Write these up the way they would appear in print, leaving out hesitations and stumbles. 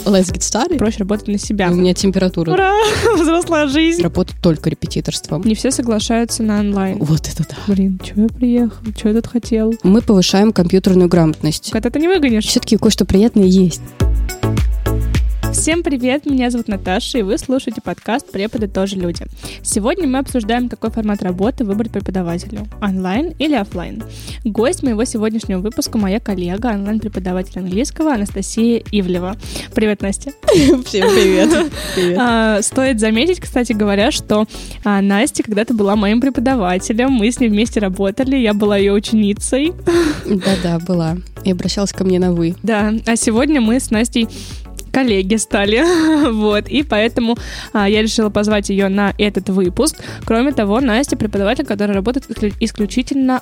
let's get started. Проще работать на себя. У меня температура. Ура! Взрослая жизнь. Работать только репетиторством. Не все соглашаются на онлайн. Вот это да. Блин, чего я приехал? Чего я тут хотел? Мы повышаем компьютерную грамотность. Когда ты не выгонишь. Все-таки кое-что приятное есть. Всем привет, меня зовут Наташа, и вы слушаете подкаст «Преподы тоже люди». Сегодня мы обсуждаем, какой формат работы выбрать преподавателю – онлайн или офлайн. Гость моего сегодняшнего выпуска – моя коллега, онлайн-преподаватель английского Анастасия Ивлева. Привет, Настя. Всем привет. Привет. Стоит заметить, кстати говоря, что Настя когда-то была моим преподавателем, мы с ней вместе работали, я была ее ученицей. Да-да, была. И обращалась ко мне на «вы». Да, а сегодня мы с Настей коллеги стали, вот, и поэтому я решила позвать ее на этот выпуск. Кроме того, Настя преподаватель, который работает исключительно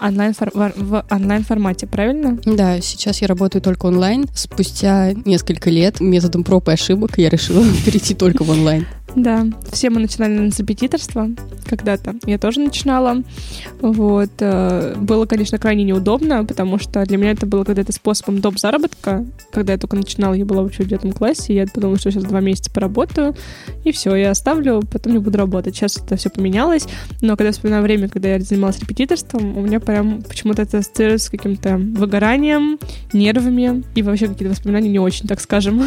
в онлайн-формате, правильно? Да, сейчас я работаю только онлайн. Спустя несколько лет методом проб и ошибок я решила перейти только в онлайн. Да, все мы начинали с репетиторства когда-то. Я тоже начинала. Вот. Было, конечно, крайне неудобно, потому что для меня это было когда-то способом доп. Заработка. Когда я только начинала, я была вообще в 9 классе, и я подумала, что сейчас 2 месяца поработаю, и все, я оставлю, потом не буду работать. Сейчас это все поменялось, но когда я вспоминаю время, когда я занималась репетиторством, у меня прям почему-то это ассоциируется с каким-то выгоранием, нервами, и вообще какие-то воспоминания не очень, так скажем.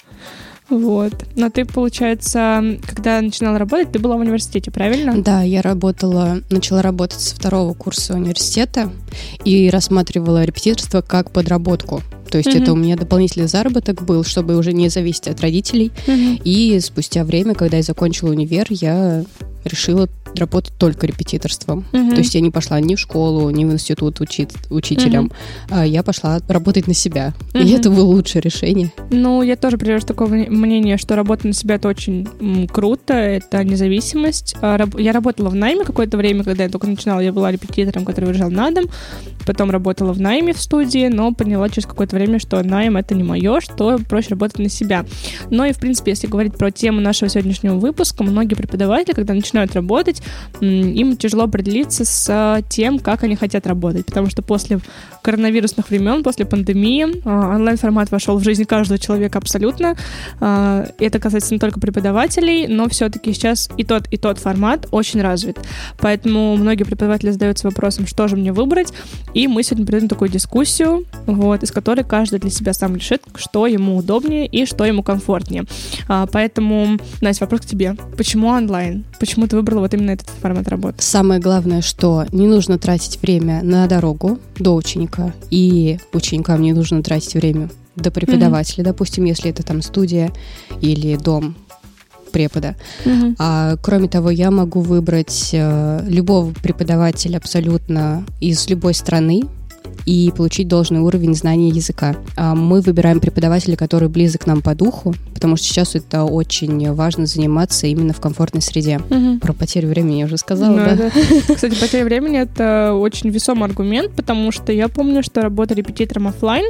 Вот. Но ты, получается, когда начинала работать, ты была в университете, правильно? Да, я начала работать со 2-го курса университета и рассматривала репетиторство как подработку. То есть это у меня дополнительный заработок был, чтобы уже не зависеть от родителей. И спустя время, когда я закончила универ, я решила работать только репетиторством. То есть я не пошла ни в школу, ни в институт учителем. Я пошла работать на себя. И это было лучшее решение. Ну, я тоже придерживаюсь такого мнения, что работа на себя — это очень круто, это независимость. Я работала в найме какое-то время, когда я только начинала, я была репетитором, который выезжал на дом. Потом работала в найме в студии, но поняла через какое-то время, что найм — это не мое, что проще работать на себя. Но и, в принципе, если говорить про тему нашего сегодняшнего выпуска, многие преподаватели, когда начинают работать, им тяжело определиться с тем, как они хотят работать, потому что после коронавирусных времен, после пандемии, онлайн-формат вошел в жизнь каждого человека абсолютно. Это касается не только преподавателей, но все-таки сейчас и тот формат очень развит. Поэтому многие преподаватели задаются вопросом, что же мне выбрать, и мы сегодня проведем такую дискуссию, вот, из которой каждый для себя сам решит, что ему удобнее и что ему комфортнее. Поэтому, Настя, вопрос к тебе. Почему онлайн? Почему ты выбрала вот именно этот формат работы? Самое главное, что не нужно тратить время на дорогу до ученика, и ученикам не нужно тратить время до преподавателя. Допустим, если это там студия или дом препода. Кроме того, я могу выбрать любого преподавателя абсолютно из любой страны и получить должный уровень знания языка. Мы выбираем преподавателя, который близок нам по духу, потому что сейчас это очень важно заниматься именно в комфортной среде. Про потерю времени я уже сказала, да? Кстати, потеря времени — это очень весомый аргумент, потому что я помню, что работа репетитором офлайн,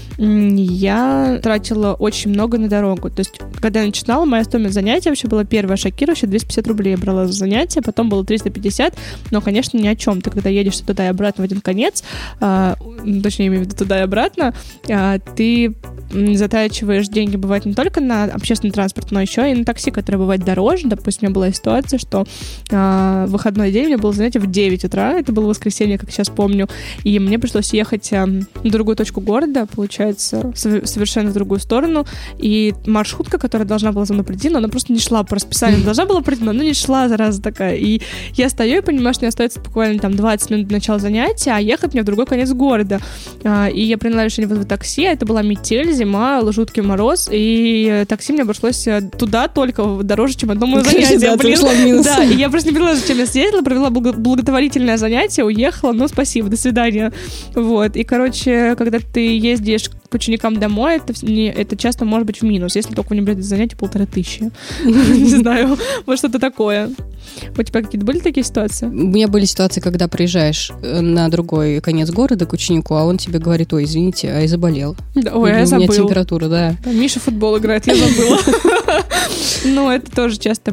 я тратила очень много на дорогу. То есть, когда я начинала, моя стоимость занятия вообще была первая шокирующая, 250 рублей я брала за занятие, потом было 350, но, конечно, ни о чем. Ты когда едешь туда и обратно в один конец, точнее, я имею в виду туда и обратно, ты затрачиваешь деньги, бывает, не только на общественный транспорт, но еще и на такси, которое бывает дороже. Допустим, у меня была ситуация, что в выходной день у меня было занятие в 9 утра, это было воскресенье, как сейчас помню, и мне пришлось ехать на другую точку города, получается, совершенно в другую сторону, и маршрутка, которая должна была за мной прийти, но она просто не шла по расписанию, должна была прийти, но она не шла, зараза такая, и я стою и понимаю, что мне остается буквально там 20 минут до начала занятия, а ехать мне в другой конец города, и я приняла решение вызвать такси, а это была метель, зима, жуткий мороз, и такси мне обошлось туда только дороже, чем одно мое занятие. Да, и я просто не поняла, зачем я съездила, провела благотворительное занятие, уехала, ну, спасибо, до свидания. Вот, и, короче, когда ты ездишь к ученикам домой, это часто может быть в минус, если только у них занятия 1500. Не знаю, вот что-то такое. У тебя какие-то были такие ситуации? У меня были ситуации, когда приезжаешь на другой конец города к ученику, а он тебе говорит: ой, извините, а я заболел. Ой, я забыла. У меня температура, да. Миша в футбол играет, я забыла. Ну, это тоже часто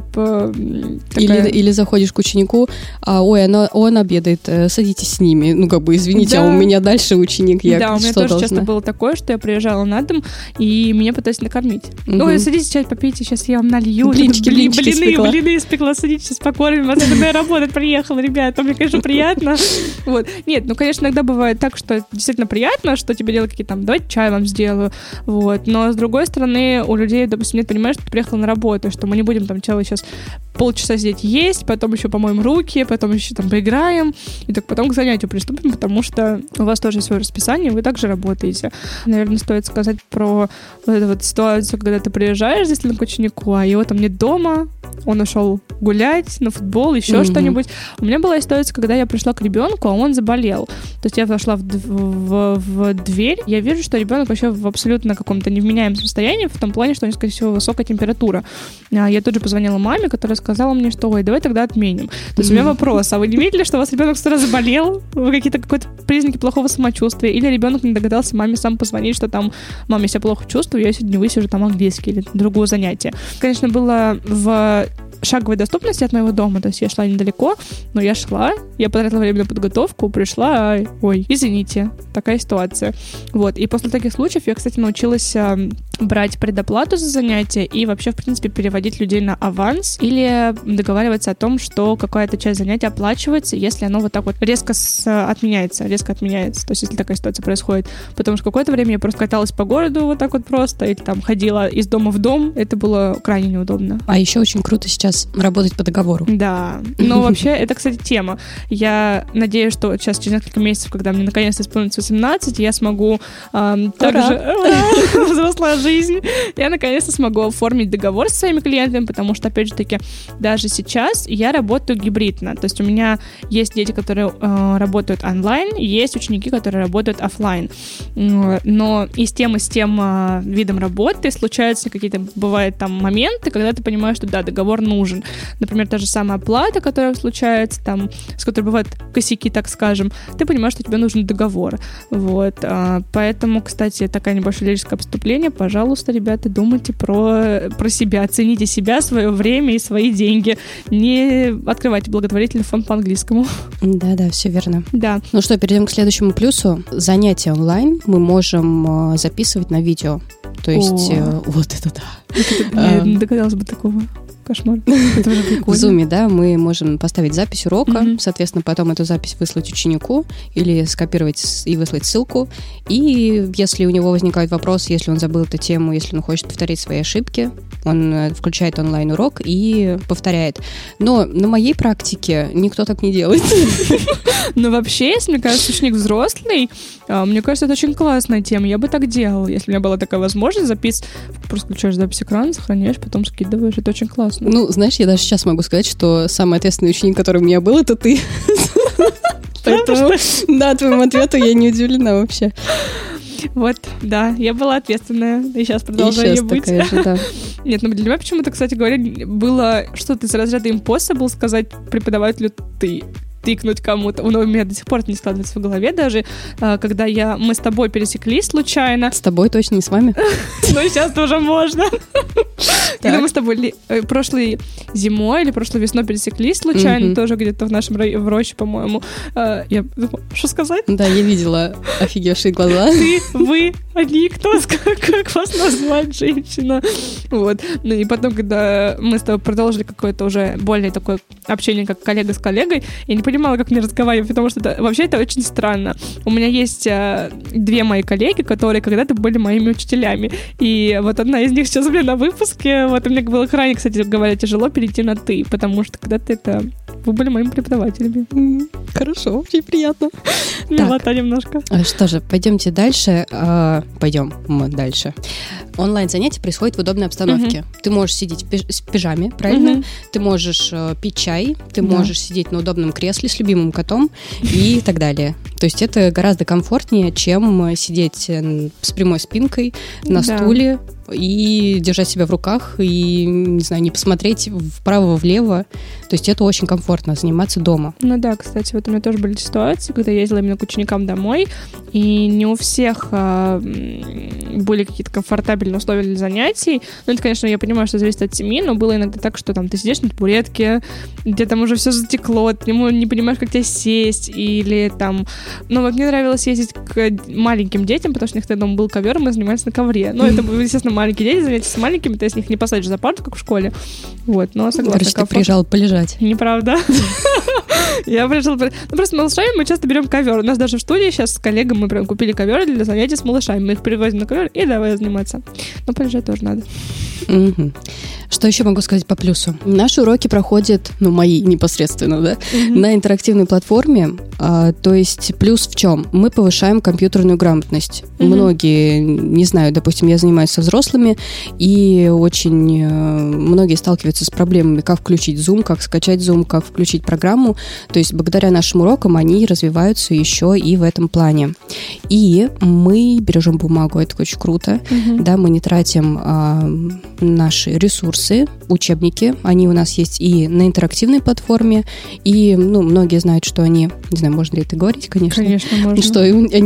Или заходишь к ученику, ой, он обедает, садитесь с ними. Ну, как бы, извините, а у меня дальше ученик, я что должна? Да, у меня тоже часто было такое, что я приезжала на дом, и меня пытались накормить. Ой, садитесь, чай попейте, сейчас я вам налью. Блины испекла, садитесь, сейчас покормим. А когда я работать приехала, ребята, мне, конечно, приятно. Вот. Нет, ну, конечно, иногда бывает так, что действительно приятно, что тебе делают какие-то там, давайте чай вам сделаю. Вот. Но, с другой стороны, у людей, допустим, нет понимания, что ты приехала на работу, что мы не будем там целый сейчас полчаса сидеть есть, потом еще помоем руки, потом еще там поиграем, и так потом к занятию приступим, потому что у вас тоже свое расписание, вы также работаете. Наверное, стоит сказать про вот эту вот ситуацию, когда ты приезжаешь здесь к ученику, а его там нет дома, он ушел гулять, на футбол, еще что-нибудь. У меня была ситуация, когда я пришла к ребенку, а он заболел. То есть я вошла в дверь, я вижу, что ребенок вообще в абсолютно каком-то невменяемом состоянии, в том плане, что у него, скорее всего, высокая температура. Я тут же позвонила маме, которая сказала мне, что, ой, давай тогда отменим. То есть у меня вопрос, а вы не видели, что у вас ребенок сразу заболел? Вы какие-то признаки плохого самочувствия? Или ребенок не догадался маме сам позвонить, что там, мам, я себя плохо чувствую, я сегодня высижу там английский или другое занятие. Конечно, было в шаговой доступности от моего дома, то есть я шла недалеко, но я шла, я потратила время на подготовку, пришла, ой, извините, такая ситуация. Вот, и после таких случаев я, кстати, научилась брать предоплату за занятия и вообще, в принципе, переводить людей на аванс или договариваться о том, что какая-то часть занятия оплачивается, если оно вот так вот резко отменяется. То есть, если такая ситуация происходит. Потому что какое-то время я просто каталась по городу вот так вот просто, или там ходила из дома в дом. Это было крайне неудобно. А еще очень круто сейчас работать по договору. Да. Но вообще, это, кстати, тема. Я надеюсь, что сейчас через несколько месяцев, когда мне наконец-то исполнится 18, я смогу также... Взрослая жизнь. Я наконец-то смогу оформить договор со своими клиентами, потому что, опять же таки, даже сейчас я работаю гибридно. То есть у меня есть дети, которые работают онлайн, есть ученики, которые работают офлайн. Но и с тем видом работы случаются какие-то, бывают там моменты, когда ты понимаешь, что да, договор нужен. Например, та же самая оплата, которая случается, там, с которой бывают косяки, так скажем, ты понимаешь, что тебе нужен договор. Вот. Поэтому, кстати, такое небольшое лирическое отступление. Пожалуйста, ребята, думайте про себя, цените себя, свое время и свои деньги. Не открывайте благотворительный фонд по-английскому. Да, все верно. Да. Ну что, перейдем к следующему плюсу. Занятия онлайн мы можем записывать на видео. То есть, вот это да. Я не догадалась бы такого. Кошмар. Это уже прикольно. В Zoom, да, мы можем поставить запись урока, соответственно, потом эту запись выслать ученику или скопировать и выслать ссылку. И если у него возникает вопрос, если он забыл эту тему, если он хочет повторить свои ошибки, он включает онлайн-урок и повторяет. Но на моей практике никто так не делает. Но вообще, если, мне кажется, ученик взрослый, мне кажется, это очень классная тема. Я бы так делала, если у меня была такая возможность записывать. Просто включаешь запись экрана, сохраняешь, потом скидываешь. Это очень классно. Ну, знаешь, я даже сейчас могу сказать, что самый ответственный ученик, который у меня был, это ты. Поэтому, да, твоему ответу я не удивлена вообще. Вот, да, я была ответственная, и сейчас продолжаю быть. Такая же, да. Нет, ну для меня почему-то, кстати говоря, было что-то из разряда impossible сказать преподавателю «ты». Тыкнуть кому-то. Но у меня до сих пор это не складывается в голове даже, когда мы с тобой пересеклись случайно. С тобой точно, не с вами. Ну, сейчас тоже можно. Когда мы с тобой прошлой зимой или прошлой весной пересеклись случайно, тоже где-то в нашем в роще, по-моему. Я думала, что сказать? Да, я видела офигевшие глаза. Ты, вы, они, кто, как вас назвать, женщина? Вот. Ну и потом, когда мы с тобой продолжили какое-то уже более такое общение, как коллега с коллегой, я не понимала, как мне разговаривать, потому что вообще это очень странно. У меня есть две мои коллеги, которые когда-то были моими учителями. И вот одна из них сейчас у меня на выпуске. Вот у меня было крайне, кстати говоря, тяжело перейти на «ты», потому что когда-то вы были моими преподавателями. Хорошо, очень приятно. Милота немножко. Что же, пойдемте дальше. Пойдем мы дальше. Онлайн-занятия происходят в удобной обстановке. Ты можешь сидеть в пижаме, правильно? Ты можешь пить чай, ты можешь сидеть на удобном кресле с любимым котом и так далее. То есть это гораздо комфортнее, чем сидеть с прямой спинкой на стуле и держать себя в руках и, не знаю, не посмотреть вправо-влево. То есть это очень комфортно заниматься дома. Ну да, кстати, вот у меня тоже были ситуации, когда я ездила именно к ученикам домой, и не у всех были какие-то комфортабельные комфортабельные условия для занятий. Ну, это, конечно, я понимаю, что зависит от семьи, но было иногда так, что там ты сидишь на табуретке, где там уже все затекло, ты не понимаешь, как тебе сесть, или там... Ну, вот мне нравилось ездить к маленьким детям, потому что у них тогда дома был ковер, и мы занимались на ковре. Ну, это, естественно, маленькие дети, занятия с маленькими, ты с них не посадишь за парту, как в школе. Вот, но согласна. Короче, ты приезжала полежать. Неправда. Я приезжала... Ну, просто с малышами мы часто берем ковер. У нас даже в студии сейчас с коллегой мы прям купили ковер для занятий с малышами. Мы их привозим на ковер и давай заниматься. Но полежать тоже надо. Что еще могу сказать по плюсу? Наши уроки проходят, мои непосредственно, да, на интерактивной платформе. То есть плюс в чем? Мы повышаем компьютерную грамотность. Многие, не знаю, допустим, я занимаюсь со взрослыми, и очень многие сталкиваются с проблемами, как включить Zoom, как скачать Zoom, как включить программу. То есть благодаря нашим урокам они развиваются еще и в этом плане. И мы бережем бумагу, это очень круто. Да, мы не тратим наши ресурсы, учебники, они у нас есть и на интерактивной платформе, и, многие знают, что они, не знаю, можно ли это говорить, конечно. Конечно, можно. Что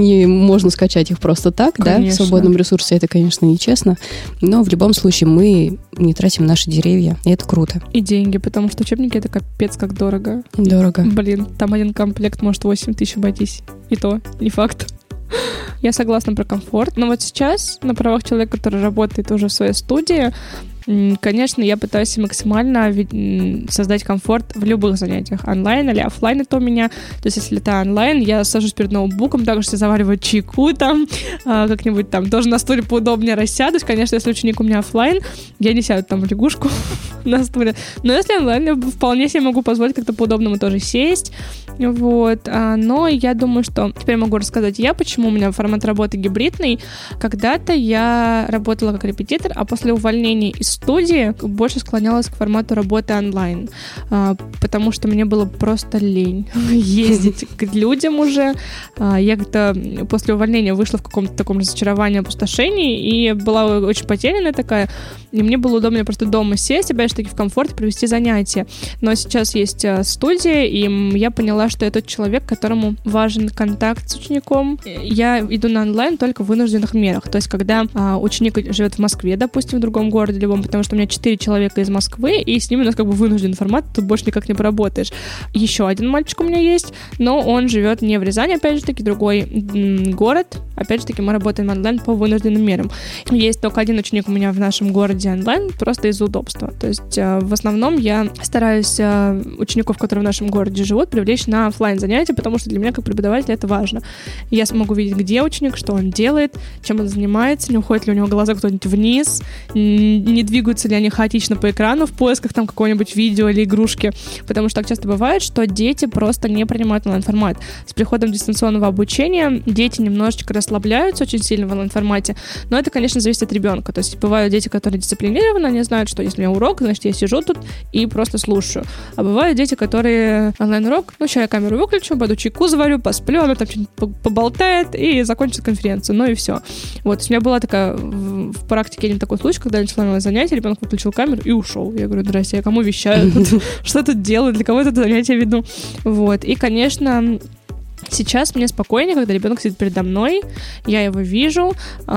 можно скачать их просто так, конечно. Да, в свободном ресурсе, это, конечно, нечестно, но в любом случае мы не тратим наши деревья, и это круто. И деньги, потому что учебники — это капец как дорого. Дорого. Блин, там один комплект может 8 тысяч обойтись, и то не факт. Я согласна про комфорт, но вот сейчас на правах человека, который работает уже в своей студии, конечно, я пытаюсь максимально создать комфорт в любых занятиях. Онлайн или офлайн это у меня. То есть, если это онлайн, я сажусь перед ноутбуком, также себе завариваю чайку там, как-нибудь там, тоже на стуле поудобнее рассядусь. Конечно, если ученик у меня офлайн, я не сяду там в лягушку на стуле. Но если онлайн, я вполне себе могу позволить как-то по-удобному тоже сесть. Вот. Но я думаю, что теперь могу рассказать почему у меня формат работы гибридный. Когда-то я работала как репетитор, а после увольнения из студии больше склонялась к формату работы онлайн, потому что мне было просто лень ездить к людям уже. Я как-то после увольнения вышла в каком-то таком разочаровании, опустошении, и была очень потерянная такая, и мне было удобнее просто дома сесть, опять же таки в комфорте провести занятия. Но сейчас есть студия, и я поняла, что я тот человек, которому важен контакт с учеником. Я иду на онлайн только в вынужденных мерах. То есть, когда ученик живет в Москве, допустим, в другом городе любом, потому что у меня 4 человека из Москвы, и с ними у нас как бы вынужденный формат, тут больше никак не поработаешь. Еще один мальчик у меня есть, но он живет не в Рязани, опять же таки, другой город. Опять же таки, мы работаем онлайн по вынужденным мерам. Есть только один ученик у меня в нашем городе онлайн, просто из удобства. То есть, в основном я стараюсь учеников, которые в нашем городе живут, привлечь на офлайн занятия, потому что для меня, как преподавателя, это важно. Я смогу видеть, где ученик, что он делает, чем он занимается, не уходит ли у него глаза кто-нибудь вниз, не двигаются ли они хаотично по экрану в поисках там какого-нибудь видео или игрушки, потому что так часто бывает, что дети просто не принимают онлайн-формат. С приходом дистанционного обучения дети немножечко расслабляются очень сильно в онлайн-формате, но это, конечно, зависит от ребенка. То есть бывают дети, которые дисциплинированы, они знают, что если у меня урок, значит, я сижу тут и просто слушаю. А бывают дети, которые онлайн-урок, сейчас я камеру выключу, пойду чайку заварю, посплю, она там что-нибудь поболтает и закончится конференцию, и все. Вот, у меня была такая в практике один такой случай, когда я начала занятие, ребенок выключил камеру и ушел. Я говорю: здрасте, я кому вещаю? Что тут делаю? Для кого я это занятие веду? Вот. И, конечно, сейчас мне спокойнее, когда ребенок сидит передо мной, я его вижу,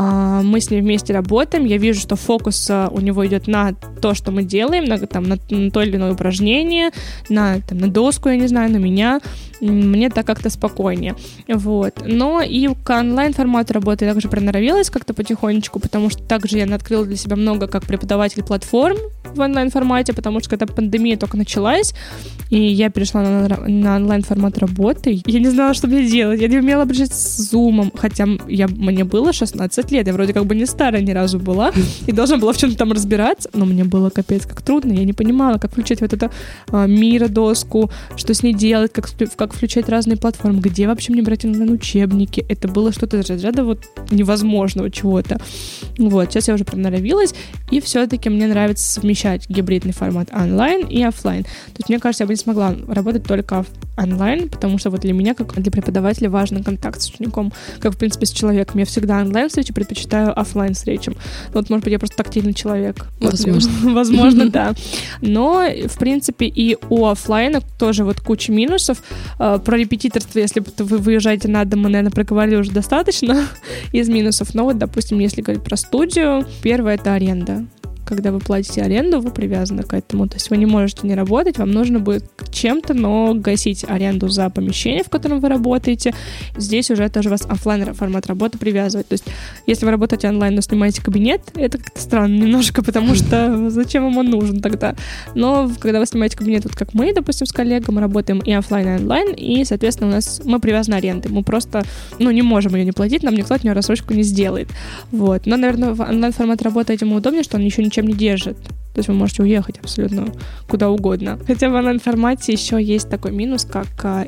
мы с ним вместе работаем, я вижу, что фокус у него идет на то, что мы делаем, на то или иное упражнение, на доску, я не знаю, на меня. Мне так как-то спокойнее. Вот. Но и к онлайн-формату работы я также приноровилась как-то потихонечку, потому что также я открыла для себя много как преподаватель платформ в онлайн-формате, потому что когда пандемия только началась, и я перешла на онлайн-формат работы, я не знала, что мне делать. Я не умела обращаться с Zoom, хотя мне было 16 лет, я вроде как бы не старая ни разу была, и должна была в чем-то там разбираться, но мне было капец как трудно, я не понимала, как включать вот эту мира-доску, что с ней делать, как включать разные платформы, где вообще мне брать онлайн-учебники. Это было что-то из разряда вот невозможного чего-то. Вот, сейчас я уже приноровилась, и все-таки мне нравится совмещать совмещать гибридный формат онлайн и офлайн. То есть, мне кажется, я бы не смогла работать только онлайн, потому что вот для меня, как для преподавателя, важен контакт с учеником, как, в принципе, с человеком. Я всегда онлайн-встречи предпочитаю офлайн-встречам. Вот, может быть, я просто тактильный человек. Возможно. Возможно, да. Но, в принципе, и у офлайна тоже вот куча минусов. Про репетиторство, если вы выезжаете на дом, мы, наверное, проговорили уже достаточно из минусов. Но вот, допустим, если говорить про студию, первое — это аренда. Когда вы платите аренду, вы привязаны к этому. То есть вы не можете не работать, вам нужно будет чем-то, но гасить аренду за помещение, в котором вы работаете. Здесь уже тоже вас офлайн формат работы привязывает. То есть если вы работаете онлайн, но снимаете кабинет, это как-то странно немножко, потому что зачем вам он нужен тогда? Но когда вы снимаете кабинет, вот как мы, допустим, с коллегой, мы работаем и офлайн, и онлайн, и, соответственно, мы привязаны арендой. Мы просто, не можем ее не платить, нам никто от нее рассрочку не сделает. Вот. Но, наверное, в онлайн-формат работы этим удобнее, что он еще ничем не держит. То есть вы можете уехать абсолютно куда угодно. Хотя в онлайн-формате еще есть такой минус, как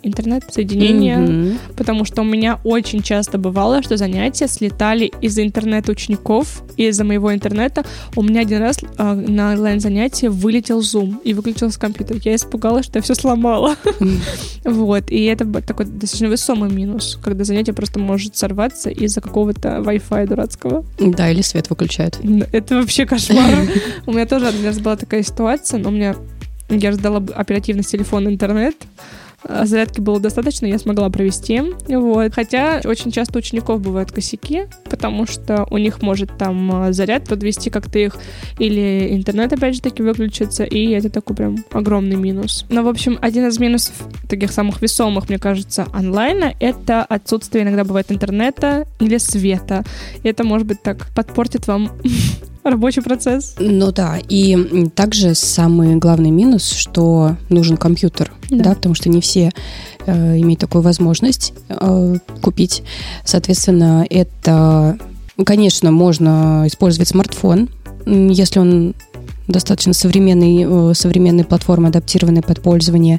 интернет-соединение, потому что у меня очень часто бывало, что занятия слетали из-за интернета учеников, и из-за моего интернета у меня один раз на онлайн-занятии вылетел Zoom и выключился компьютер. Я испугалась, что я все сломала. Вот. И это такой достаточно весомый минус, когда занятие просто может сорваться из-за какого-то Wi-Fi дурацкого. Да, или свет выключают. Это вообще кошмар. У меня тоже один раз была такая ситуация, но я ждала оперативно с телефона интернет, а зарядки было достаточно, я смогла провести. Вот. Хотя очень часто у учеников бывают косяки, потому что у них может там заряд подвести как-то их, или интернет опять же таки выключится, и это такой прям огромный минус. Но, в общем, один из минусов, таких самых весомых, мне кажется, онлайна, это отсутствие иногда бывает интернета или света. И это, может быть, так подпортит вам рабочий процесс. Ну да, и также самый главный минус, что нужен компьютер, да, потому что не все имеют такую возможность купить. Соответственно, это, конечно, можно использовать смартфон, если он достаточно современные платформы, адаптированные под пользование,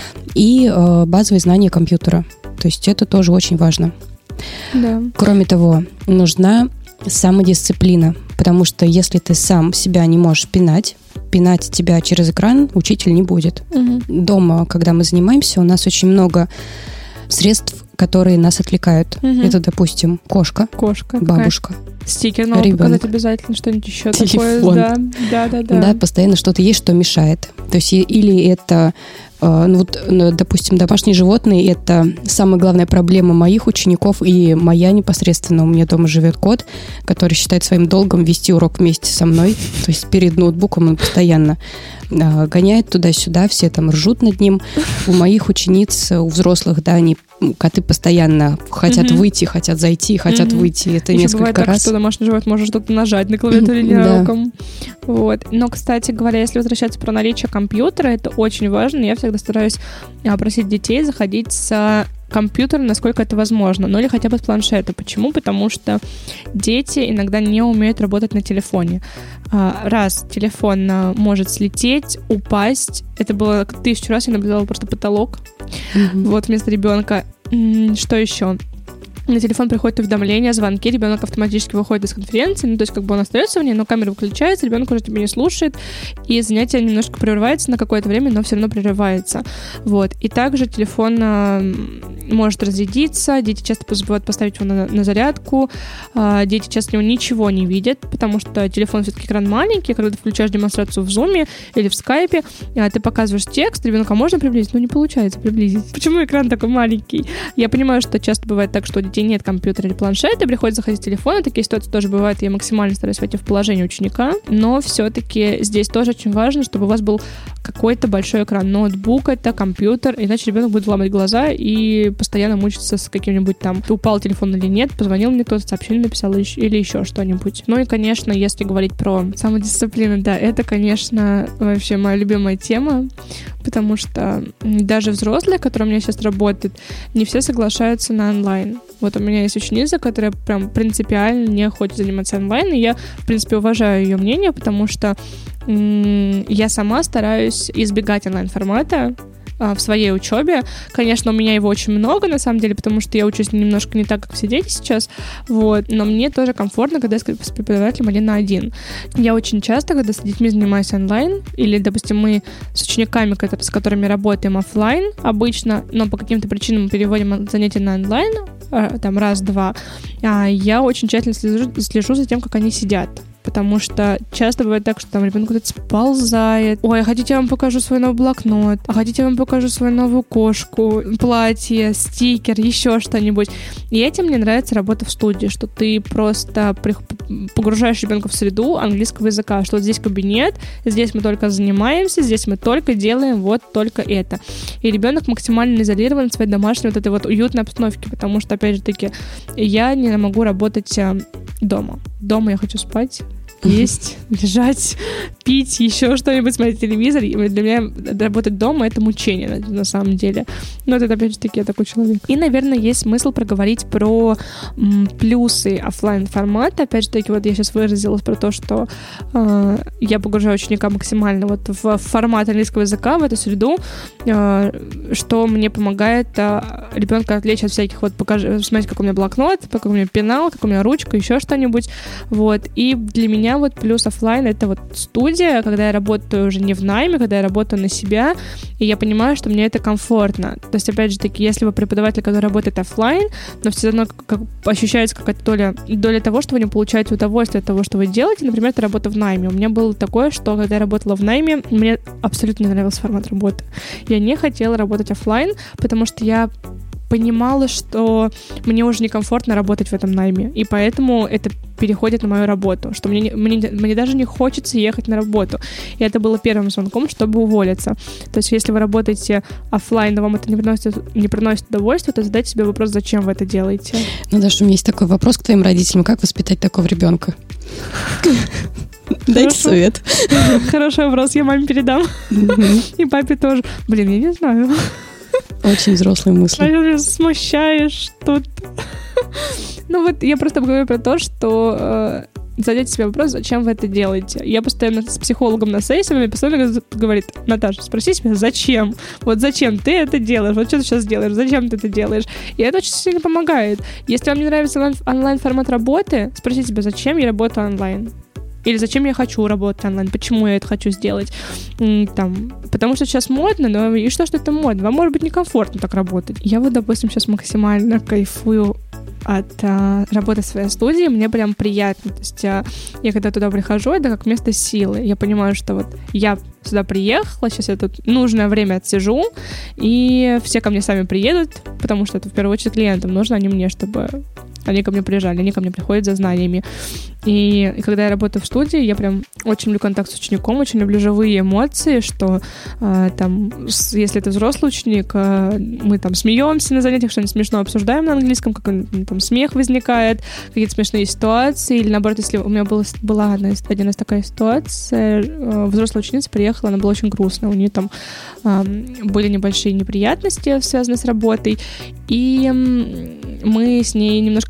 и базовые знания компьютера. То есть это тоже очень важно. Да. Кроме того, нужна самодисциплина, потому что если ты сам себя не можешь пинать тебя через экран учитель не будет. Дома, когда мы занимаемся, у нас очень много средств, которые нас отвлекают. Это, допустим, кошка, бабушка. Стикер надо показать обязательно, что-нибудь еще телефон. Такое. Да, постоянно что-то есть, что мешает. То есть или это, допустим, домашние животные — это самая главная проблема моих учеников и моя непосредственно. У меня дома живет кот, который считает своим долгом вести урок вместе со мной. То есть перед ноутбуком он постоянно гоняет туда-сюда, все там ржут над ним. У моих учениц, у взрослых, да, коты постоянно хотят выйти, хотят зайти, хотят выйти. Это еще несколько бывает раз. Так, что домашний животное может что-то нажать на клавиатуре неруком. Вот. Но, кстати говоря, если возвращаться про наличие компьютера, это очень важно. Я всегда стараюсь просить детей заходить с компьютера, насколько это возможно, ну или хотя бы с планшета. Почему? Потому что дети иногда не умеют работать на телефоне. Раз телефон может слететь, упасть, это было 1000 раз, я наблюдала просто потолок. Вот вместо ребенка. Что еще? На телефон приходит уведомление, звонки, ребенок автоматически выходит из конференции, то есть как бы он остается в ней, но камера выключается, ребенок уже тебя не слушает, и занятие немножко прерывается на какое-то время, но все равно прерывается. Вот. И также телефон может разрядиться, дети часто забывают поставить его на зарядку, дети часто с него ничего не видят, потому что телефон все-таки экран маленький, когда ты включаешь демонстрацию в Zoom или в Skype, ты показываешь текст, ребенка можно приблизить, но не получается приблизить. Почему экран такой маленький? Я понимаю, что часто бывает так, что у детей нет компьютера или планшета, приходится заходить с телефона, такие ситуации тоже бывают, я максимально стараюсь войти в положение ученика, но все-таки здесь тоже очень важно, чтобы у вас был какой-то большой экран, ноутбук это, компьютер, иначе ребенок будет ломать глаза и постоянно мучиться с каким-нибудь там, упал телефон или нет, позвонил мне кто-то, сообщение написал или еще что-нибудь. Ну и, конечно, если говорить про самодисциплину, да, это, конечно, вообще моя любимая тема, потому что даже взрослые, которые у меня сейчас работают, не все соглашаются на онлайн. Вот у меня есть ученица, которая прям принципиально не хочет заниматься онлайн, и я, в принципе, уважаю ее мнение, потому что я сама стараюсь избегать онлайн-формата, в своей учебе. Конечно, у меня его очень много, на самом деле, потому что я учусь немножко не так, как все дети сейчас, вот, но мне тоже комфортно, когда я с преподавателем 1 на 1. Я очень часто, когда с детьми занимаюсь онлайн, или, допустим, мы с учениками, с которыми работаем офлайн обычно, но по каким-то причинам мы переводим занятия на онлайн, там раз-два, я очень тщательно слежу за тем, как они сидят. Потому что часто бывает так, что там ребенок куда-то сползает. Ой, а хотите, я вам покажу свой новый блокнот? А хотите, я вам покажу свою новую кошку? Платье, стикер, еще что-нибудь. И этим мне нравится работа в студии, что ты просто погружаешь ребенка в среду английского языка, что вот здесь кабинет, здесь мы только занимаемся, здесь мы только делаем вот только это. И ребенок максимально изолирован в своей домашней вот этой вот уютной обстановке, потому что, опять же таки, я не могу работать дома. Дома я хочу спать, есть, лежать, пить, еще что-нибудь, смотреть телевизор. И для меня работать дома — это мучение, на самом деле. Но это, опять же таки, я такой человек. И, наверное, есть смысл проговорить про плюсы офлайн формата. Опять же таки, вот я сейчас выразилась про то, что я погружаю ученика максимально вот в формат английского языка, в эту среду, что мне помогает ребенка отвлечь от всяких вот смотрите, как у меня блокнот, как у меня пенал, как у меня ручка, еще что-нибудь. Вот. И для меня вот плюс офлайн — это вот студия, когда я работаю уже не в найме, когда я работаю на себя, и я понимаю, что мне это комфортно. То есть, опять же таки, если вы преподаватель, который работает офлайн, но все равно ощущается какая-то доля того, что вы не получаете удовольствие от того, что вы делаете, например, это работа в найме. У меня было такое, что когда я работала в найме, мне абсолютно не нравился формат работы. Я не хотела работать офлайн, потому что я понимала, что мне уже некомфортно работать в этом найме, и поэтому это переходит на мою работу, что мне даже не хочется ехать на работу. И это было первым звонком, чтобы уволиться. То есть, если вы работаете офлайн, но вам это не приносит удовольствия, то задайте себе вопрос, зачем вы это делаете. Ну, Даша, у меня есть такой вопрос к твоим родителям. Как воспитать такого ребенка? Дайте совет. Хороший вопрос, я маме передам. И папе тоже. Блин, я не знаю. Очень взрослые мысли. Ты меня смущаешь тут. Ну вот, я просто говорю про то, что задайте себе вопрос, зачем вы это делаете. Я постоянно с психологом на сессии, мне постоянно говорит: Наташа, спроси себя, зачем? Вот зачем ты это делаешь? Вот что ты сейчас делаешь? Зачем ты это делаешь? И это очень сильно помогает. Если вам не нравится онлайн-формат работы, спросите себя, зачем я работаю онлайн? Или зачем я хочу работать онлайн, почему я это хочу сделать. Потому что сейчас модно, но и что это модно? Вам может быть некомфортно так работать. Я вот, допустим, сейчас максимально кайфую от работы в своей студии, мне прям приятно. То есть я когда туда прихожу, это как место силы. Я понимаю, что вот я сюда приехала, сейчас я тут нужное время отсижу, и все ко мне сами приедут, потому что это в первую очередь клиентам нужно, а не мне, чтобы они ко мне приезжали, они ко мне приходят за знаниями. И когда я работаю в студии, я прям очень люблю контакт с учеником, очень люблю живые эмоции, что если это взрослый ученик, мы там смеемся на занятиях, что-нибудь смешно обсуждаем на английском, как там смех возникает, какие-то смешные ситуации, или наоборот, если у меня была один раз такая ситуация, взрослая ученица приехала, она была очень грустная, у нее там были небольшие неприятности, связанные с работой, и мы с ней немножко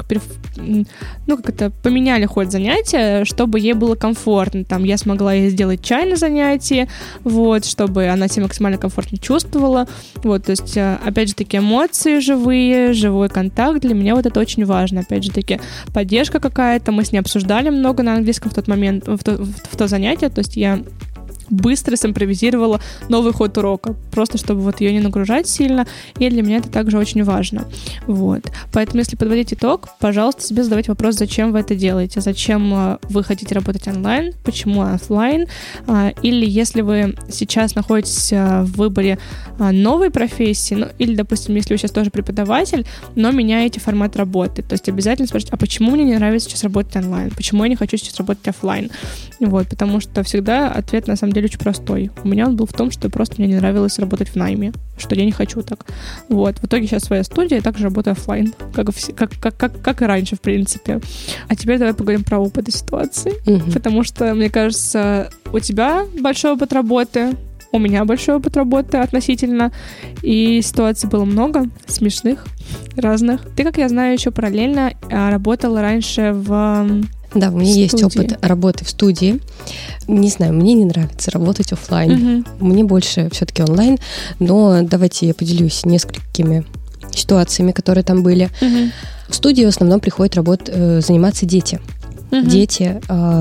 поменяли ход занятия, чтобы ей было комфортно. Там я смогла ей сделать чай на занятии, вот, чтобы она себя максимально комфортно чувствовала. Вот, то есть, опять же таки, эмоции живые, живой контакт. Для меня вот это очень важно. Опять же таки, поддержка какая-то. Мы с ней обсуждали много на английском в тот момент, в то занятие. То есть я быстро симпровизировала новый ход урока, просто чтобы вот ее не нагружать сильно, и для меня это также очень важно. Вот. Поэтому, если подводить итог, пожалуйста, себе задавайте вопрос, зачем вы это делаете, зачем вы хотите работать онлайн, почему офлайн, или если вы сейчас находитесь в выборе новой профессии, ну, или, допустим, если вы сейчас тоже преподаватель, но меняете формат работы, то есть обязательно спрашивайте, а почему мне не нравится сейчас работать онлайн, почему я не хочу сейчас работать офлайн, вот, потому что всегда ответ на самом деле очень простой. У меня он был в том, что просто мне не нравилось работать в найме, что я не хочу так. Вот. В итоге сейчас своя студия, я также работаю офлайн, как и раньше, в принципе. А теперь давай поговорим про опыт ситуации, потому что, мне кажется, у тебя большой опыт работы, у меня большой опыт работы относительно, и ситуаций было много, смешных, разных. Ты, как я знаю, еще параллельно работала раньше в... Да, у меня есть опыт работы в студии. Не знаю, мне не нравится работать офлайн. Мне больше все-таки онлайн. Но давайте я поделюсь несколькими ситуациями, которые там были. В студии в основном приходят заниматься дети. Дети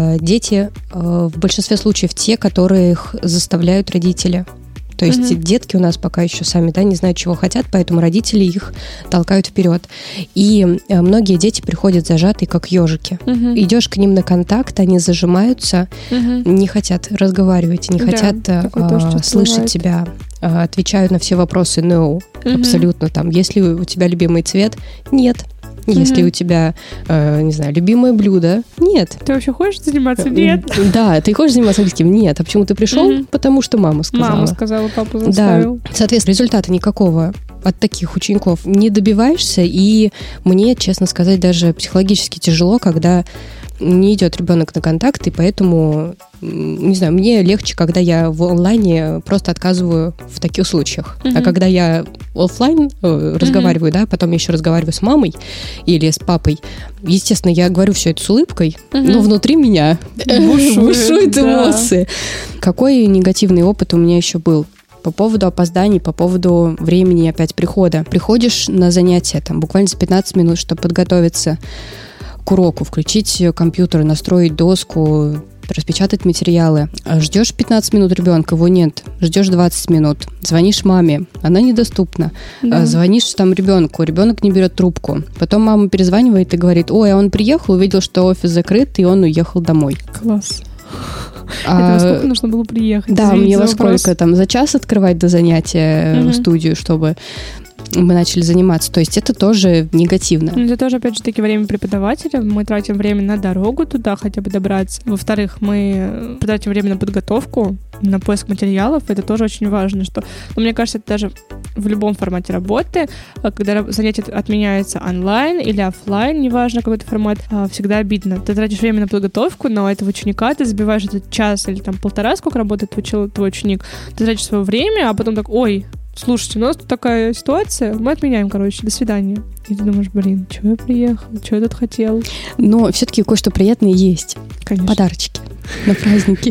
в большинстве случаев те, которые их заставляют родители. То есть детки у нас пока еще сами, не знают, чего хотят, поэтому родители их толкают вперед. И многие дети приходят зажатые, как ежики. Идешь к ним на контакт, они зажимаются, не хотят разговаривать, не хотят слышать тебя, отвечают на все вопросы no, абсолютно. Если у тебя любимый цвет, нет. Если у тебя, не знаю, любимое блюдо, нет. Ты вообще хочешь заниматься? Нет. Да, ты хочешь заниматься английским? Нет. А почему ты пришел? Потому что мама сказала. Мама сказала, папа заставил. Да. Соответственно, результата никакого от таких учеников не добиваешься, и мне, честно сказать, даже психологически тяжело, когда не идет ребенок на контакт, и поэтому, не знаю, мне легче, когда я в онлайне просто отказываю в таких случаях. А когда я офлайн разговариваю, потом я еще разговариваю с мамой или с папой, естественно, я говорю все это с улыбкой, но внутри меня бушуют эмоции. Какой негативный опыт у меня еще был? По поводу опозданий, по поводу времени опять прихода. Приходишь на занятия буквально за 15 минут, чтобы подготовиться к уроку, включить компьютер, настроить доску, распечатать материалы. Ждешь 15 минут ребенка, его нет. Ждешь 20 минут. Звонишь маме, она недоступна. Звонишь ребенку, ребенок не берет трубку. Потом мама перезванивает и говорит: ой, а он приехал, увидел, что офис закрыт, и он уехал домой. Класс. Это во сколько нужно было приехать? Да, мне во сколько за час открывать до занятия в студию, чтобы мы начали заниматься. То есть это тоже негативно. Это тоже, опять же, таки время преподавателя. Мы тратим время на дорогу туда, хотя бы добраться. Во-вторых, мы тратим время на подготовку, на поиск материалов. Это тоже очень важно. Мне кажется, это даже в любом формате работы, когда занятие отменяется онлайн или офлайн, неважно какой-то формат, всегда обидно. Ты тратишь время на подготовку, но этого ученика ты забиваешь этот час или полтора, сколько работает твой ученик. Ты тратишь свое время, а потом ой, слушайте, у нас тут такая ситуация, мы отменяем, до свидания. И ты думаешь, чего я приехал, чего я тут хотел? Но все-таки кое-что приятное есть. Конечно. Подарочки на праздники.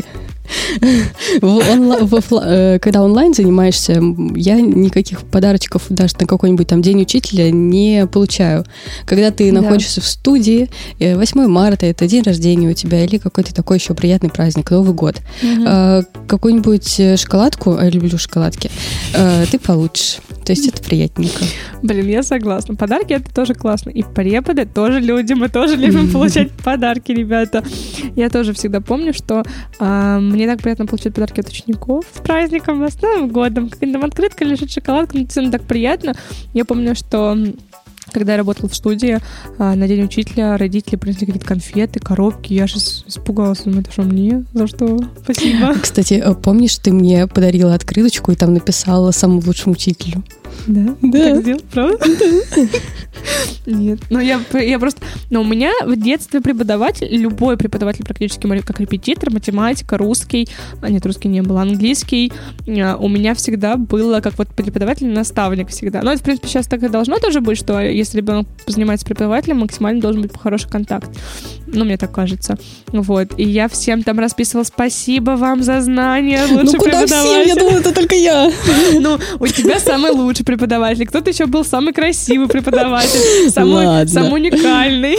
Когда онлайн занимаешься, я никаких подарочков даже на какой-нибудь День учителя не получаю. Когда ты находишься в студии, 8 марта — это день рождения у тебя или какой-то такой еще приятный праздник, Новый год. Какую-нибудь шоколадку, я люблю шоколадки, ты получишь. То есть это приятненько. Я согласна. Подарки — это тоже классно. И преподы тоже люди. Мы тоже любим получать подарки, ребята. Я тоже всегда помню, что мне так приятно получать подарки от учеников с праздником, с Новым годом. Какая-то открытка лежит, шоколадка, это так приятно. Я помню, что когда я работала в студии, на День учителя родители принесли какие-то конфеты, коробки. Я же испугалась. Думаю, это что, мне? За что? Спасибо. Кстати, помнишь, ты мне подарила открыточку и там написала «Самому лучшему учителю»? Да? Да. Так сделал, правда? Да. Нет. Я просто... Но у меня в детстве преподаватель, любой преподаватель практически, как репетитор, математика, русский... Нет, русский не был, английский. У меня всегда было как преподаватель-наставник всегда. Но это, в принципе, сейчас так и должно тоже быть, что если ребенок занимается преподавателем, максимально должен быть хороший контакт. Мне так кажется. И я всем там расписывала: спасибо вам за знания, лучший преподаватель. Всем? Я думала, это только я. У тебя самый лучший преподаватель. Кто-то еще был самый красивый преподаватель, самый уникальный.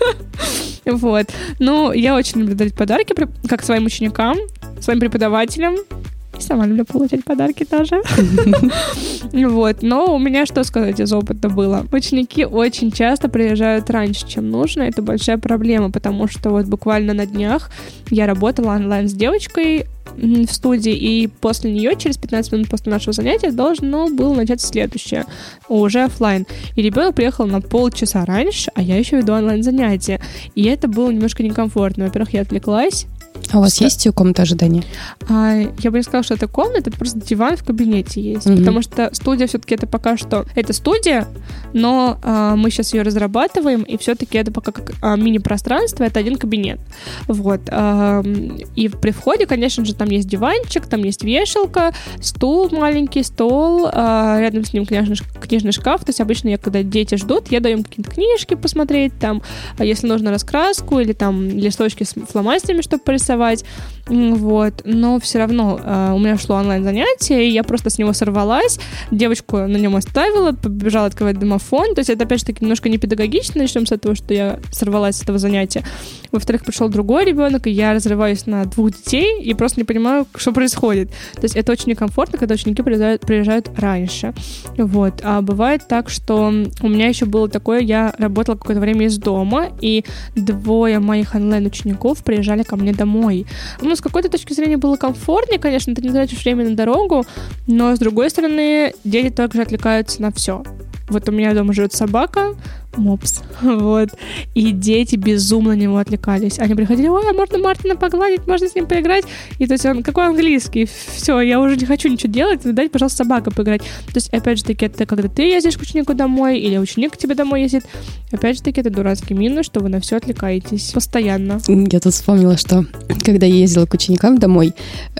Я очень люблю дарить подарки как своим ученикам, своим преподавателям. И сама люблю получать подарки тоже. Но у меня, что сказать из опыта было? Ученики очень часто приезжают раньше, чем нужно. Это большая проблема, потому что буквально на днях я работала онлайн с девочкой в студии, и после нее, через 15 минут после нашего занятия, должно было начаться следующее, уже офлайн. И ребенок приехал на полчаса раньше, а я еще веду онлайн-занятия. И это было немножко некомфортно. Во-первых, я отвлеклась. А у вас есть комната ожидания? Я бы не сказала, что это комната, это просто диван в кабинете есть. Потому что студия все-таки это пока что... Это студия, но мы сейчас ее разрабатываем, и все-таки это пока как мини-пространство, это один кабинет. И при входе, конечно же, там есть диванчик, там есть вешалка, стул маленький, стол, рядом с ним книжный шкаф. То есть обычно, когда дети ждут, я даю им какие-то книжки посмотреть, там, если нужно раскраску или там листочки с фломастерами, чтобы порисовать. вставать, вот, но все равно у меня шло онлайн-занятие, и я просто с него сорвалась, девочку на нем оставила, побежала открывать домофон, то есть это, опять же таки, немножко не педагогично, начнем с этого, что я сорвалась с этого занятия. Во-вторых, пришел другой ребенок, и я разрываюсь на 2 детей, и просто не понимаю, что происходит. То есть это очень некомфортно, когда ученики приезжают раньше. Вот. А бывает так, что у меня еще было такое, я работала какое-то время из дома, и 2 моих онлайн-учеников приезжали ко мне домой. Ну, с какой-то точки зрения было комфортнее, конечно, ты не тратишь время на дорогу, но, с другой стороны, дети также отвлекаются на все. Вот у меня дома живет собака, мопс, вот, и дети безумно на него отвлекались. Они приходили: ой, а можно Мартина погладить, можно с ним поиграть? И то есть он, какой английский? Все, я уже не хочу ничего делать, дайте, пожалуйста, собака поиграть. То есть, опять же таки, это когда ты ездишь к ученику домой, или ученик к тебе домой ездит, опять же таки, это дурацкий минус, что вы на все отвлекаетесь постоянно. Я тут вспомнила, что когда я ездила к ученикам домой,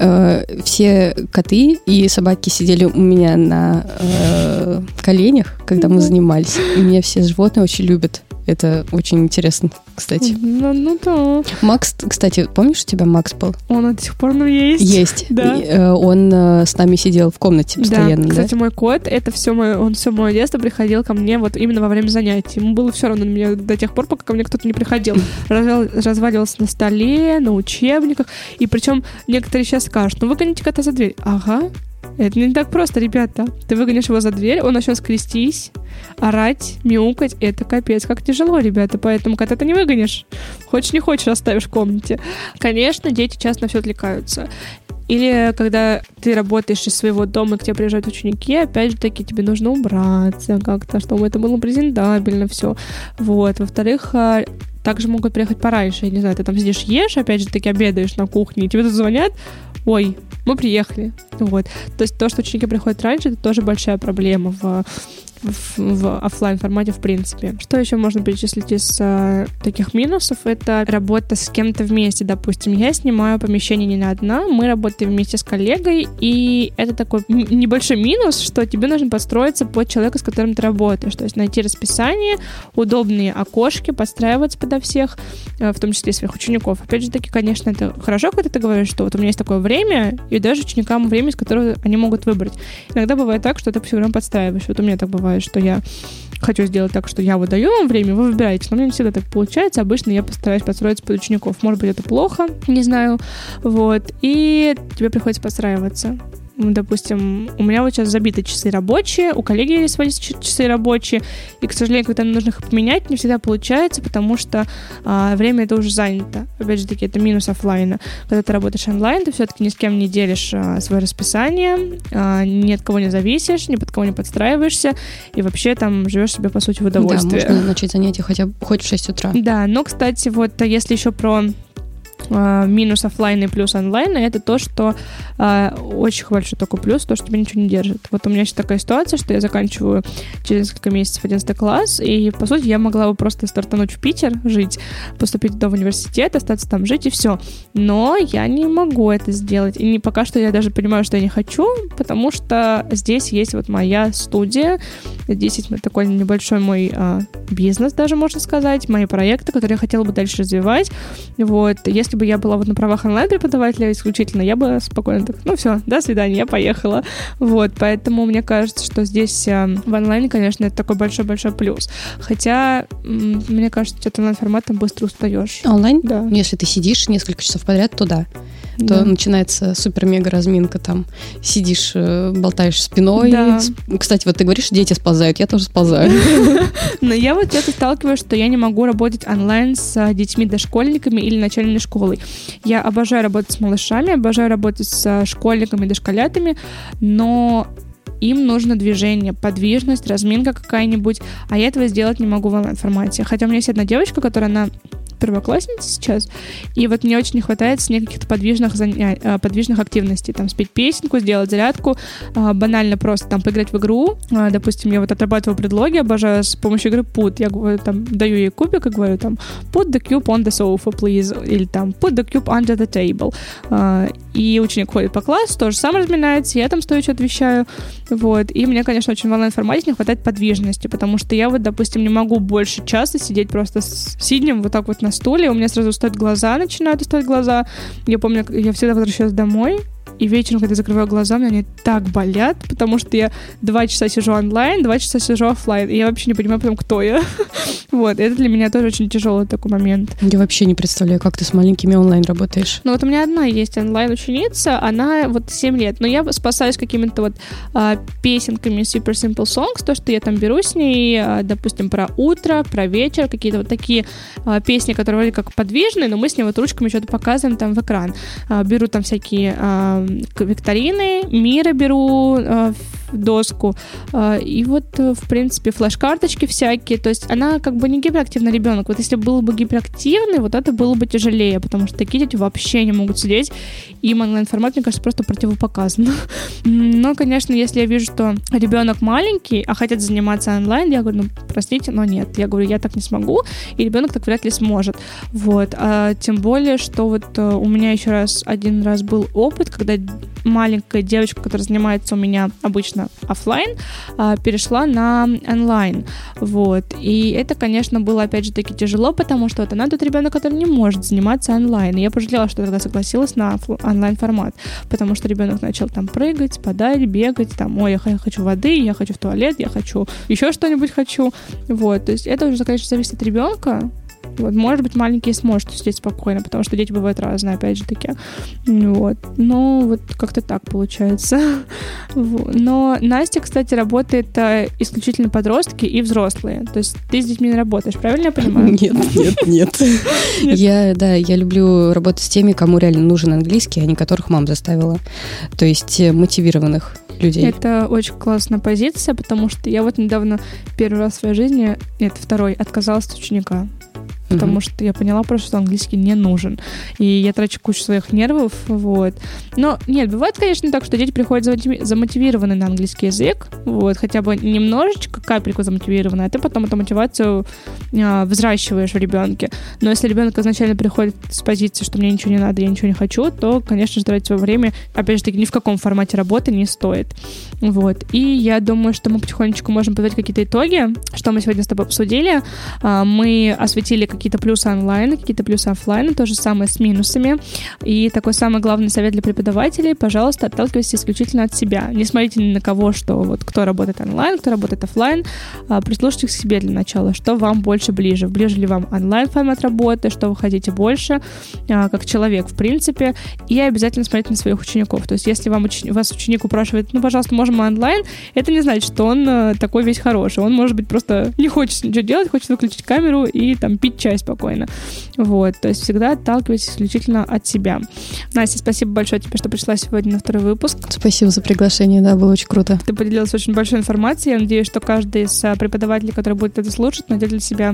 все коты и собаки сидели у меня на коленях, когда мы занимались, и меня все животные очень любят. Это очень интересно, кстати. Ну да. Макс, кстати, помнишь, у тебя Макс был? Он до сих пор есть. Есть. Да. Он с нами сидел в комнате постоянно, да? Кстати, мой кот, это он все мое детство приходил ко мне вот именно во время занятий. Ему было все равно на меня до тех пор, пока ко мне кто-то не приходил. Разваливался на столе, на учебниках. И причем некоторые сейчас скажут: ну, выгоните кота за дверь. Ага. Это не так просто, ребята. Ты выгонишь его за дверь, он начнет скрестись, орать, мяукать. Это капец, как тяжело, ребята. Поэтому кота ты не выгонишь. Хочешь, не хочешь, оставишь в комнате. Конечно, дети часто на все отвлекаются. Или когда ты работаешь из своего дома, и к тебе приезжают ученики, опять же таки, тебе нужно убраться как-то, чтобы это было презентабельно все. Вот. Во-вторых, также могут приехать пораньше. Я не знаю, ты там сидишь, ешь, опять же таки, обедаешь на кухне, и тебе тут звонят: ой, мы приехали. Вот. То есть то, что ученики приходят раньше, это тоже большая проблема в офлайн формате в принципе. Что еще можно перечислить из таких минусов? Это работа с кем-то вместе. Допустим, я снимаю помещение не на одна, мы работаем вместе с коллегой, и это такой небольшой минус, что тебе нужно подстроиться под человека, с которым ты работаешь. То есть найти расписание, удобные окошки, подстраиваться подо всех, в том числе своих учеников. Опять же таки, конечно, это хорошо, когда ты говоришь, что вот у меня есть такое время, и даже ученикам время, из которого они могут выбрать. Иногда бывает так, что ты все равно подстраиваешь. Вот у меня так бывает, что я хочу сделать так, что я вот даю вам время, вы выбираете. Но у меня не всегда так получается. Обычно я постараюсь подстроиться под учеников. Может быть, это плохо, не знаю. Вот. И тебе приходится подстраиваться. Допустим, у меня вот сейчас забиты часы рабочие, у коллеги есть свои часы рабочие, и, к сожалению, когда нужно их поменять, не всегда получается, потому что время это уже занято. Опять же таки, это минус офлайна. Когда ты работаешь онлайн, ты все-таки ни с кем не делишь свое расписание, ни от кого не зависишь, ни под кого не подстраиваешься, и вообще там живешь себе, по сути, в удовольствие. Да, можно начать занятие хоть в 6 утра. Да, но, кстати, вот если еще про минус офлайна и плюс онлайна, это то, что очень большой только плюс, то, что тебя ничего не держит. Вот у меня сейчас такая ситуация, что я заканчиваю через несколько месяцев 11 класс, и, по сути, я могла бы просто стартануть в Питер, жить, поступить в университет, остаться там жить, и все. Но я не могу это сделать. И пока что я даже понимаю, что я не хочу, потому что здесь есть вот моя студия, здесь есть такой небольшой мой бизнес, даже можно сказать, мои проекты, которые я хотела бы дальше развивать. Вот. Если бы я была вот на правах онлайн-преподавателя исключительно, я бы спокойно так: ну все, до свидания, я поехала. Вот, поэтому мне кажется, что здесь в онлайне, конечно, это такой большой-большой плюс. Хотя, мне кажется, от онлайн-формата быстро устаешь. Онлайн? Да. Если ты сидишь несколько часов подряд, то да. То начинается супер-мега разминка, там сидишь, болтаешь спиной. Да. Кстати, вот ты говоришь, дети сползают, я тоже сползаю. Но я вот часто сталкиваюсь, что я не могу работать онлайн с детьми дошкольниками или начальной школой. Я обожаю работать с малышами, обожаю работать с школьниками, дошколятами, но им нужно движение, подвижность, разминка какая-нибудь, а я этого сделать не могу в онлайн-формате. Хотя у меня есть одна девочка, которая она первоклассница сейчас, и вот мне очень не хватает с ней каких-то подвижных активностей, там, спеть песенку, сделать зарядку, банально просто там поиграть в игру. Допустим, я вот отрабатываю предлоги, обожаю с помощью игры put, я говорю, там, даю ей кубик и говорю, там, put the cube on the sofa, please, или там, put the cube under the table. И ученик ходит по классу, тоже сам разминается, я там стою, что-то вещаю, вот, и мне, конечно, очень в онлайн-формате не хватает подвижности, потому что я вот, допустим, не могу больше часа сидеть просто сиднем вот так вот на стуле, у меня сразу начинают устать глаза. Я помню, я всегда возвращаюсь домой, и вечером, когда я закрываю глаза, у меня они так болят, потому что я 2 часа сижу онлайн, 2 часа сижу офлайн, и я вообще не понимаю потом, кто я. Вот, это для меня тоже очень тяжелый такой момент. Я вообще не представляю, как ты с маленькими онлайн работаешь. Ну вот у меня одна есть онлайн-ученица, она вот 7 лет, но я спасаюсь какими-то вот песенками Super Simple Songs, то, что я там беру с ней, допустим, про утро, про вечер, какие-то вот такие песни, которые вроде как подвижные, но мы с ней вот ручками что-то показываем там в экран. Беру там всякие викторины, мира беру в доску, и вот, в принципе, флеш-карточки всякие, то есть она как бы не гиперактивный ребенок. Вот если был бы гиперактивный, вот это было бы тяжелее, потому что такие дети вообще не могут сидеть, им онлайн-формат, мне кажется, просто противопоказан. Но, конечно, если я вижу, что ребенок маленький, а хотят заниматься онлайн, я говорю, ну, простите, но нет. Я говорю, я так не смогу, и ребенок так вряд ли сможет. Вот. Тем более, что вот у меня еще один раз был опыт, когда маленькая девочка, которая занимается у меня обычно офлайн, перешла на онлайн. Вот. И это, конечно, было, опять же, таки тяжело, потому что вот она тот ребенок, который не может заниматься онлайн. И я пожалела, что тогда согласилась на онлайн-формат, потому что ребенок начал там прыгать, спадать, бегать, там, ой, я хочу воды, я хочу в туалет, я хочу еще что-нибудь хочу. Вот. То есть это уже, конечно, зависит от ребенка. Вот, может быть, маленький сможет сидеть спокойно, потому что дети бывают разные, опять же таки. Вот. Но вот как-то так получается. Вот. Но Настя, кстати, работает исключительно подростки и взрослые. То есть ты с детьми не работаешь, правильно я понимаю? Нет. Я люблю работать с теми, кому реально нужен английский, а не которых мама заставила. То есть мотивированных людей. Это очень классная позиция, потому что я вот недавно первый раз в своей жизни, второй, отказалась от ученика. Потому что я поняла просто, что английский не нужен. И я трачу кучу своих нервов, вот. Но нет, бывает, конечно, так, что дети приходят замотивированы на английский язык, вот, хотя бы немножечко, капельку замотивированы, а ты потом эту мотивацию взращиваешь в ребенке. Но если ребенок изначально приходит с позиции, что мне ничего не надо, я ничего не хочу, то, конечно же, тратить свое время, опять же таки, ни в каком формате работы не стоит. Вот. И я думаю, что мы потихонечку можем подводить какие-то итоги, что мы сегодня с тобой обсудили. Мы осветили какие-то плюсы онлайна, какие-то плюсы офлайна, то же самое с минусами. И такой самый главный совет для преподавателей: пожалуйста, отталкивайтесь исключительно от себя. Не смотрите ни на кого, что вот кто работает онлайн, кто работает офлайн. Прислушайтесь к себе для начала, что вам больше ближе. Ближе ли вам онлайн-формат работы, что вы хотите больше, как человек, в принципе. И обязательно смотрите на своих учеников. То есть если вас ученик упрашивает, ну, пожалуйста, можем мы онлайн, это не значит, что он такой весь хороший. Он, может быть, просто не хочет ничего делать, хочет выключить камеру и там пить чай спокойно. Вот. То есть всегда отталкивайтесь исключительно от себя. Настя, спасибо большое тебе, что пришла сегодня на второй выпуск. Спасибо за приглашение, да, было очень круто. Ты поделилась очень большой информацией. Я надеюсь, что каждый из преподавателей, который будет это слушать, найдет для себя,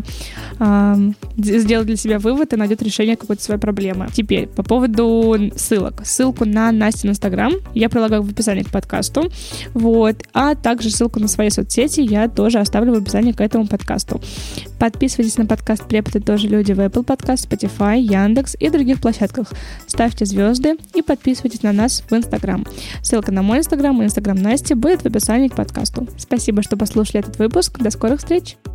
сделает для себя вывод и найдет решение какой-то своей проблемы. Теперь, по поводу ссылок. Ссылку на Настин Инстаграм я прилагаю в описании к подкасту. Вот. А также ссылку на свои соцсети я тоже оставлю в описании к этому подкасту. Подписывайтесь на подкаст «Преподы тоже люди» в Apple Podcast, Spotify, Яндекс и других площадках. Ставьте звезды и подписывайтесь на нас в Инстаграм. Ссылка на мой Инстаграм и Инстаграм Насти будет в описании к подкасту. Спасибо, что послушали этот выпуск. До скорых встреч!